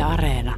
Areena.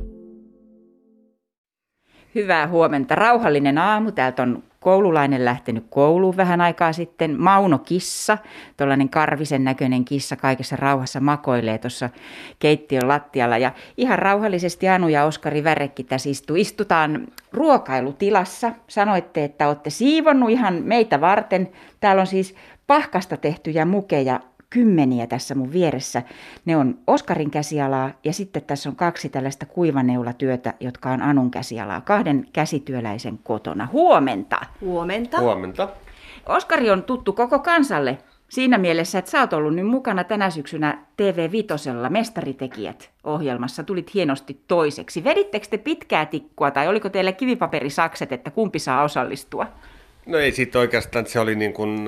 Hyvää huomenta. Rauhallinen aamu. Täältä on koululainen lähtenyt kouluun vähän aikaa sitten. Mauno kissa, tuollainen karvisen näköinen kissa, kaikessa rauhassa makoilee tuossa keittiön lattialla. Ja ihan rauhallisesti Anu ja Oskari Värekki tässä istutaan ruokailutilassa. Sanoitte, että olette siivonnut ihan meitä varten. Täällä on siis pahkasta tehtyjä mukeja. 10 tässä mun vieressä. Ne on Oskarin käsialaa ja sitten tässä on 2 tällaista kuivaneulatyötä, jotka on Anun käsialaa. 2 käsityöläisen kotona. Huomenta! Huomenta. Huomenta. Oskari on tuttu koko kansalle siinä mielessä, että sä oot ollut nyt mukana tänä syksynä TV5:lla Mestaritekijät-ohjelmassa. Tulit hienosti toiseksi. Vedittekö te pitkää tikkua tai oliko teillä kivipaperisakset, että kumpi saa osallistua? No ei siitä oikeastaan, se oli niin kuin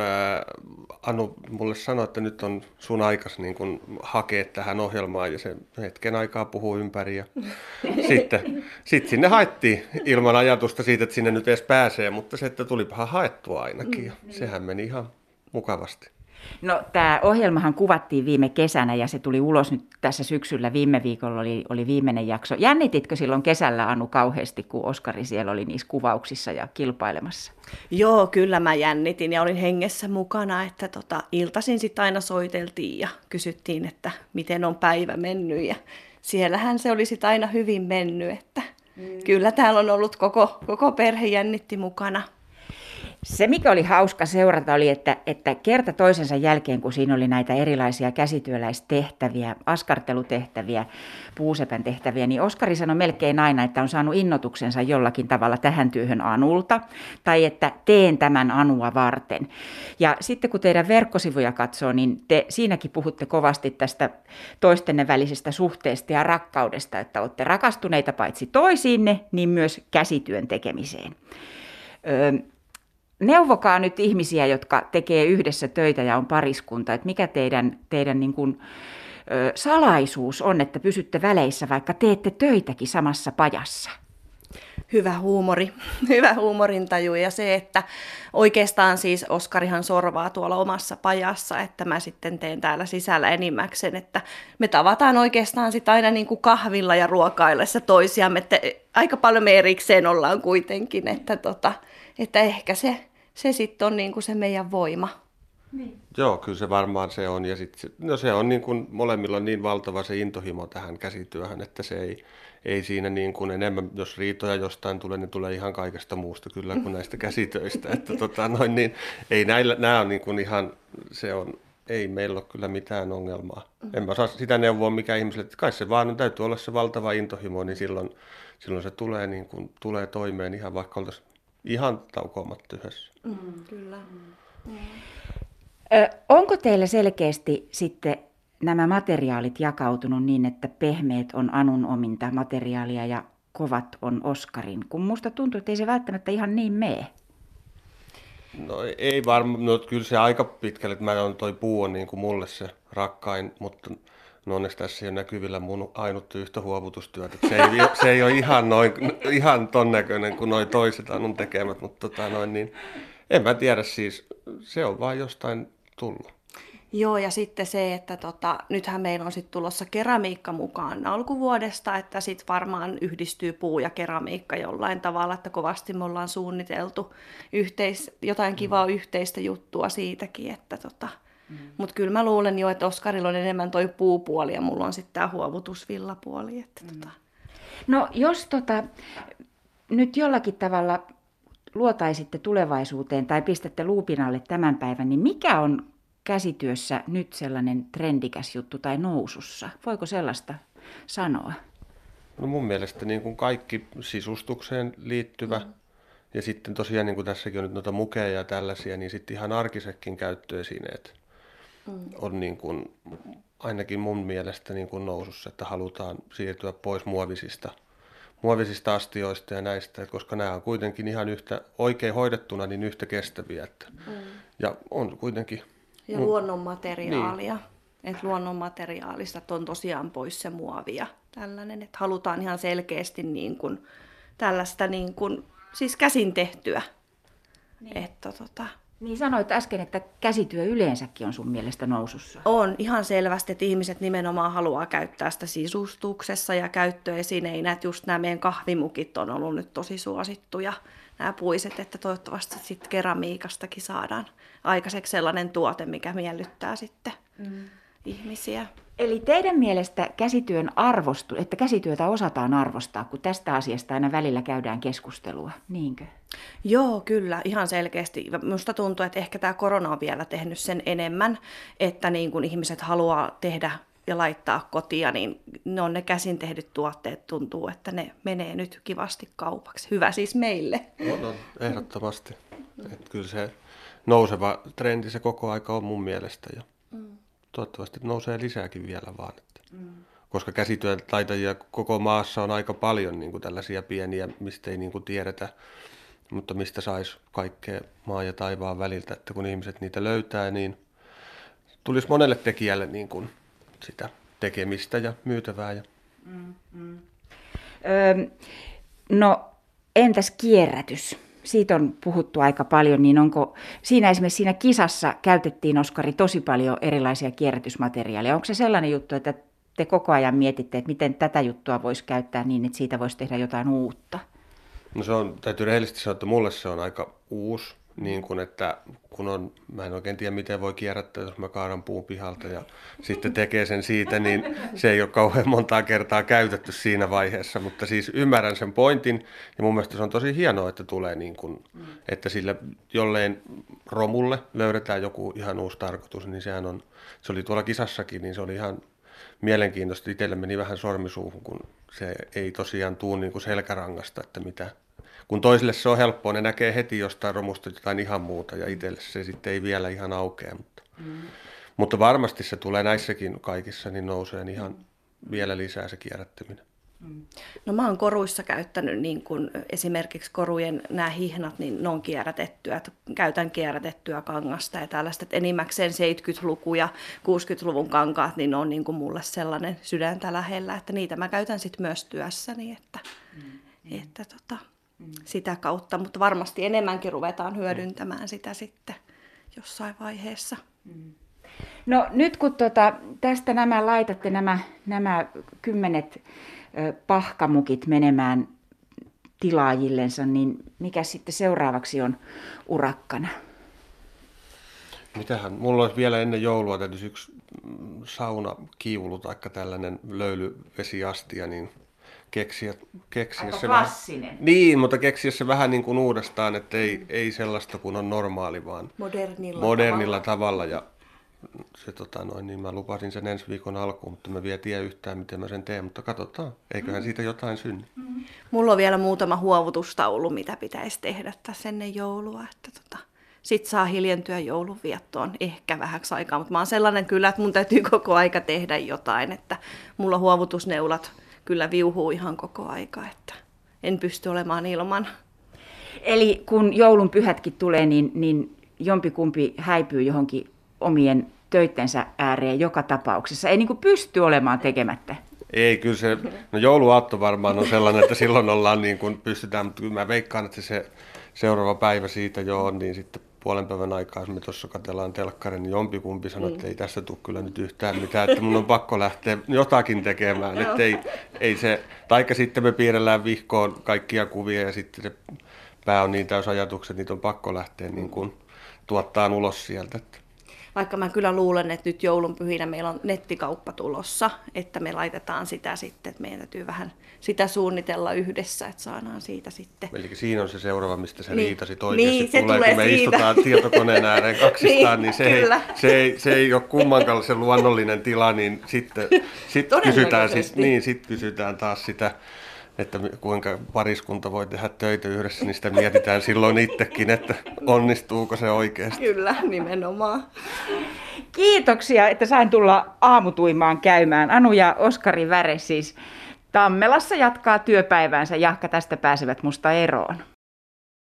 Anu mulle sanoi, että nyt on sun aikas niin kuin hakea tähän ohjelmaan ja se hetken aikaa puhuu ympäri ja sitten sinne haettiin ilman ajatusta siitä, että sinne nyt edes pääsee, mutta se, että tulipahan haettua ainakin ja sehän meni ihan mukavasti. No tämä ohjelmahan kuvattiin viime kesänä ja se tuli ulos nyt tässä syksyllä. Viime viikolla oli viimeinen jakso. Jännititkö silloin kesällä, Anu, kauheasti, kun Oskari siellä oli niissä kuvauksissa ja kilpailemassa? Joo, kyllä mä jännitin ja olin hengessä mukana, että iltaisin sitten aina soiteltiin ja kysyttiin, että miten on päivä mennyt ja siellähän se oli sitten aina hyvin mennyt, että kyllä täällä on ollut koko perhe jännitti mukana. Se, mikä oli hauska seurata, oli, että kerta toisensa jälkeen, kun siinä oli näitä erilaisia käsityöläistehtäviä, askartelutehtäviä, puusepän tehtäviä, niin Oskari sanoi melkein aina, että on saanut innotuksensa jollakin tavalla tähän työhön Anulta, tai että teen tämän Anua varten. Ja sitten kun teidän verkkosivuja katsoo, niin te siinäkin puhutte kovasti tästä toistenne välisestä suhteesta ja rakkaudesta, että olette rakastuneita paitsi toisiinne, niin myös käsityön tekemiseen. Neuvokaa nyt ihmisiä, jotka tekee yhdessä töitä ja on pariskunta, että mikä teidän niin kuin, salaisuus on, että pysytte väleissä, vaikka teette töitäkin samassa pajassa? Hyvä huumori, hyvä huumorintaju ja se, että oikeastaan siis Oskarihan sorvaa tuolla omassa pajassa, että mä sitten teen täällä sisällä enimmäkseen, että me tavataan oikeastaan sitten aina niin kuin kahvilla ja ruokaillessa toisiamme, että aika paljon me erikseen ollaan kuitenkin, että ehkä se sitten on niin kuin se meidän voima. Niin. Joo, kyllä se varmaan se on. Ja se on niin kuin molemmilla on niin valtava se intohimo tähän käsityöhön, että se ei siinä niin kuin enemmän, jos riitoja jostain tulee, niin tulee ihan kaikesta muusta kyllä kuin näistä käsitöistä. Että niin, ei nämä on niin kuin ihan, ei meillä ole kyllä mitään ongelmaa. En mä osaa sitä neuvoa, mikä ihmiselle, että kai se vaan täytyy olla se valtava intohimo, niin silloin se tulee, niin kuin, tulee toimeen ihan vaikka oltaisiin ihan taukoamatta yhdessä. Kyllä. Onko teillä selkeästi sitten nämä materiaalit jakautunut niin, että pehmeät on Anun ominta materiaalia ja kovat on Oskarin? Kun musta tuntuu, että ei se välttämättä ihan niin mene. No ei varmaan, no kyllä se aika pitkälle, että toi puu on niin kuin mulle se rakkain, mutta no onneksi tässä ei ole näkyvillä mun ainut yhtä huovutustyötä. Se ei ole ihan ton näköinen kuin noi toiset Anun tekemät, mutta niin, en mä tiedä siis, se on vaan jostain tullut. Joo, ja sitten se, että nythän meillä on sitten tulossa keramiikka mukaan alkuvuodesta, että sitten varmaan yhdistyy puu ja keramiikka jollain tavalla, että kovasti me ollaan suunniteltu jotain kivaa yhteistä juttua siitäkin, että mutta kyllä mä luulen jo, että Oskarilla on enemmän toi puupuoli ja mulla on sitten tämä huovutusvillapuoli. Että No jos nyt jollakin tavalla luotaisitte tulevaisuuteen tai pistätte luupin alle tämän päivän, niin mikä on käsityössä nyt sellainen trendikäs juttu tai nousussa? Voiko sellaista sanoa? No mun mielestä niin kuin kaikki sisustukseen liittyvä ja sitten tosiaan niin kuin tässäkin on nyt noita mukeja ja tällaisia, niin sitten ihan arkisetkin käyttöesineet on niin kuin, ainakin mun mielestä niin kuin nousussa, että halutaan siirtyä pois muovisista astioista ja näistä, koska nämä on kuitenkin ihan yhtä oikein hoidettuna niin yhtä kestäviä. Ja on kuitenkin. Ja luonnonmateriaalia. Niin. Että luonnonmateriaalista on tosiaan pois se muovi ja tällainen, että halutaan ihan selkeästi niin kuin tällaista niin kuin, siis käsin tehtyä. Niin. Että Niin sanoit äsken, että käsityö yleensäkin on sun mielestä nousussa. On ihan selvästi, että ihmiset nimenomaan haluaa käyttää sitä sisustuksessa ja käyttöesineinä. Että just nämä meidän kahvimukit on ollut nyt tosi suosittuja, nämä puiset, että toivottavasti sitten keramiikastakin saadaan aikaiseksi sellainen tuote, mikä miellyttää sitten ihmisiä. Eli teidän mielestä käsityön että käsityötä osataan arvostaa, kun tästä asiasta aina välillä käydään keskustelua, niinkö? Joo, kyllä, ihan selkeästi. Minusta tuntuu, että ehkä tämä korona on vielä tehnyt sen enemmän, että niin kun ihmiset haluaa tehdä ja laittaa kotia, niin ne käsin tehdyt tuotteet tuntuu, että ne menee nyt kivasti kaupaksi. Hyvä siis meille. On ehdottomasti. Että kyllä se nouseva trendi se koko aika on mun mielestä ja toivottavasti nousee lisääkin vielä vaan. Koska käsityön taitajia koko maassa on aika paljon niin kuin tällaisia pieniä, mistä ei niin kuin tiedetä, mutta mistä saisi kaikkea maan ja taivaan väliltä. Että kun ihmiset niitä löytää, niin tulisi monelle tekijälle niin kuin sitä tekemistä ja myytävää. No entäs kierrätys? Siitä on puhuttu aika paljon, niin onko esimerkiksi siinä kisassa käytettiin, Oskari, tosi paljon erilaisia kierrätysmateriaaleja. Onko se sellainen juttu, että te koko ajan mietitte, että miten tätä juttua voisi käyttää niin, että siitä voisi tehdä jotain uutta? No täytyy rehellisesti sanoa, että mulle se on aika uusi, niin kuin että mä en oikein tiedä miten voi kierrättää, jos mä kaadan puun pihalta ja sitten tekee sen siitä, niin se ei ole kauhean montaa kertaa käytetty siinä vaiheessa, mutta siis ymmärrän sen pointin ja mun mielestä se on tosi hienoa, että tulee niin kuin, että sille jolleen romulle löydetään joku ihan uusi tarkoitus, niin se oli tuolla kisassakin, niin se oli ihan mielenkiintoista. Itselle meni vähän sormisuuhun, kun se ei tosiaan tuu niin kuin selkärangasta, että kun toisille se on helppoa, ne näkee heti jostain romusta jotain ihan muuta ja itselle se sitten ei vielä ihan aukea. Mutta varmasti se tulee näissäkin kaikissa, niin nousee ihan vielä lisää se kierrättäminen. No mä oon koruissa käyttänyt niin kun esimerkiksi korujen nämä hihnat, niin ne on kierrätettyä. Käytän kierrätettyä kangasta ja tällaista, että enimmäkseen 70-luku ja 60-luvun kankaat, niin ne on niin kun mulle sellainen sydäntä lähellä, että niitä mä käytän sitten myös työssäni, että sitä kautta, mutta varmasti enemmänkin ruvetaan hyödyntämään sitä sitten jossain vaiheessa. No nyt kun tästä laitatte nämä 10 pahkamukit menemään tilaajillensa, niin mikä sitten seuraavaksi on urakkana? Mitähän? Mulla olisi vielä ennen joulua täytyisi yksi saunakiulu tai tällainen löylyvesiastia, niin keksiä aika se klassinen. Vähän, niin, mutta keksiä se vähän niin kuin uudestaan, että ei sellaista kuin on normaali, vaan modernilla tavalla. Ja se, niin mä lupasin sen ensi viikon alkuun, mutta mä vielä tiedä yhtään, miten mä sen teen, mutta katsotaan, eiköhän siitä jotain synny. Mulla on vielä muutama huovutustaulu, mitä pitäisi tehdä tässä ennen joulua, että sit saa hiljentyä joulunviettoon ehkä vähäksi aikaa, mutta mä oon sellainen kyllä, että mun täytyy koko aika tehdä jotain, että mulla huovutusneulat kyllä viuhuu ihan koko aika, että en pysty olemaan ilman. Eli kun joulun pyhätkin tulee, niin jompikumpi häipyy johonkin omien töittensä ääreen joka tapauksessa. Ei niin kuin pysty olemaan tekemättä. Ei, kyllä se, jouluaatto varmaan on sellainen, että silloin ollaan niin kuin pystytään, mutta kyllä mä veikkaan, että se seuraava päivä siitä jo on, niin sitten puolen päivän aikaa, jos me tuossa katsellaan telkkarin, niin jompikumpi sanoo, että ei tässä tule kyllä nyt yhtään mitään, että mun on pakko lähteä jotakin tekemään, että ei se, taikka sitten me piirrellään vihkoon kaikkia kuvia ja sitten se pää on niin täys ajatukset, niitä on pakko lähteä niin kuin tuottaa ulos sieltä. Vaikka mä kyllä luulen, että nyt joulunpyhinä meillä on nettikauppa tulossa, että me laitetaan sitä sitten, että meidän täytyy vähän sitä suunnitella yhdessä, että saadaan siitä sitten. Eli siinä on se seuraava, mistä se riitasit oikeasti niin, se tulee, kun me siitä. Istutaan tietokoneen ääreen kaksistaan, niin se ei ole kummankaan se luonnollinen tila, niin sitten kysytään taas sitä, että kuinka pariskunta voi tehdä töitä yhdessä, niin sitä mietitään silloin itsekin, että onnistuuko se oikeasti. Kyllä, nimenomaan. Kiitoksia, että sain tulla aamutuimaan käymään. Anu ja Oskari Väre siis Tammelassa jatkaa työpäiväänsä, jahka tästä pääsevät musta eroon.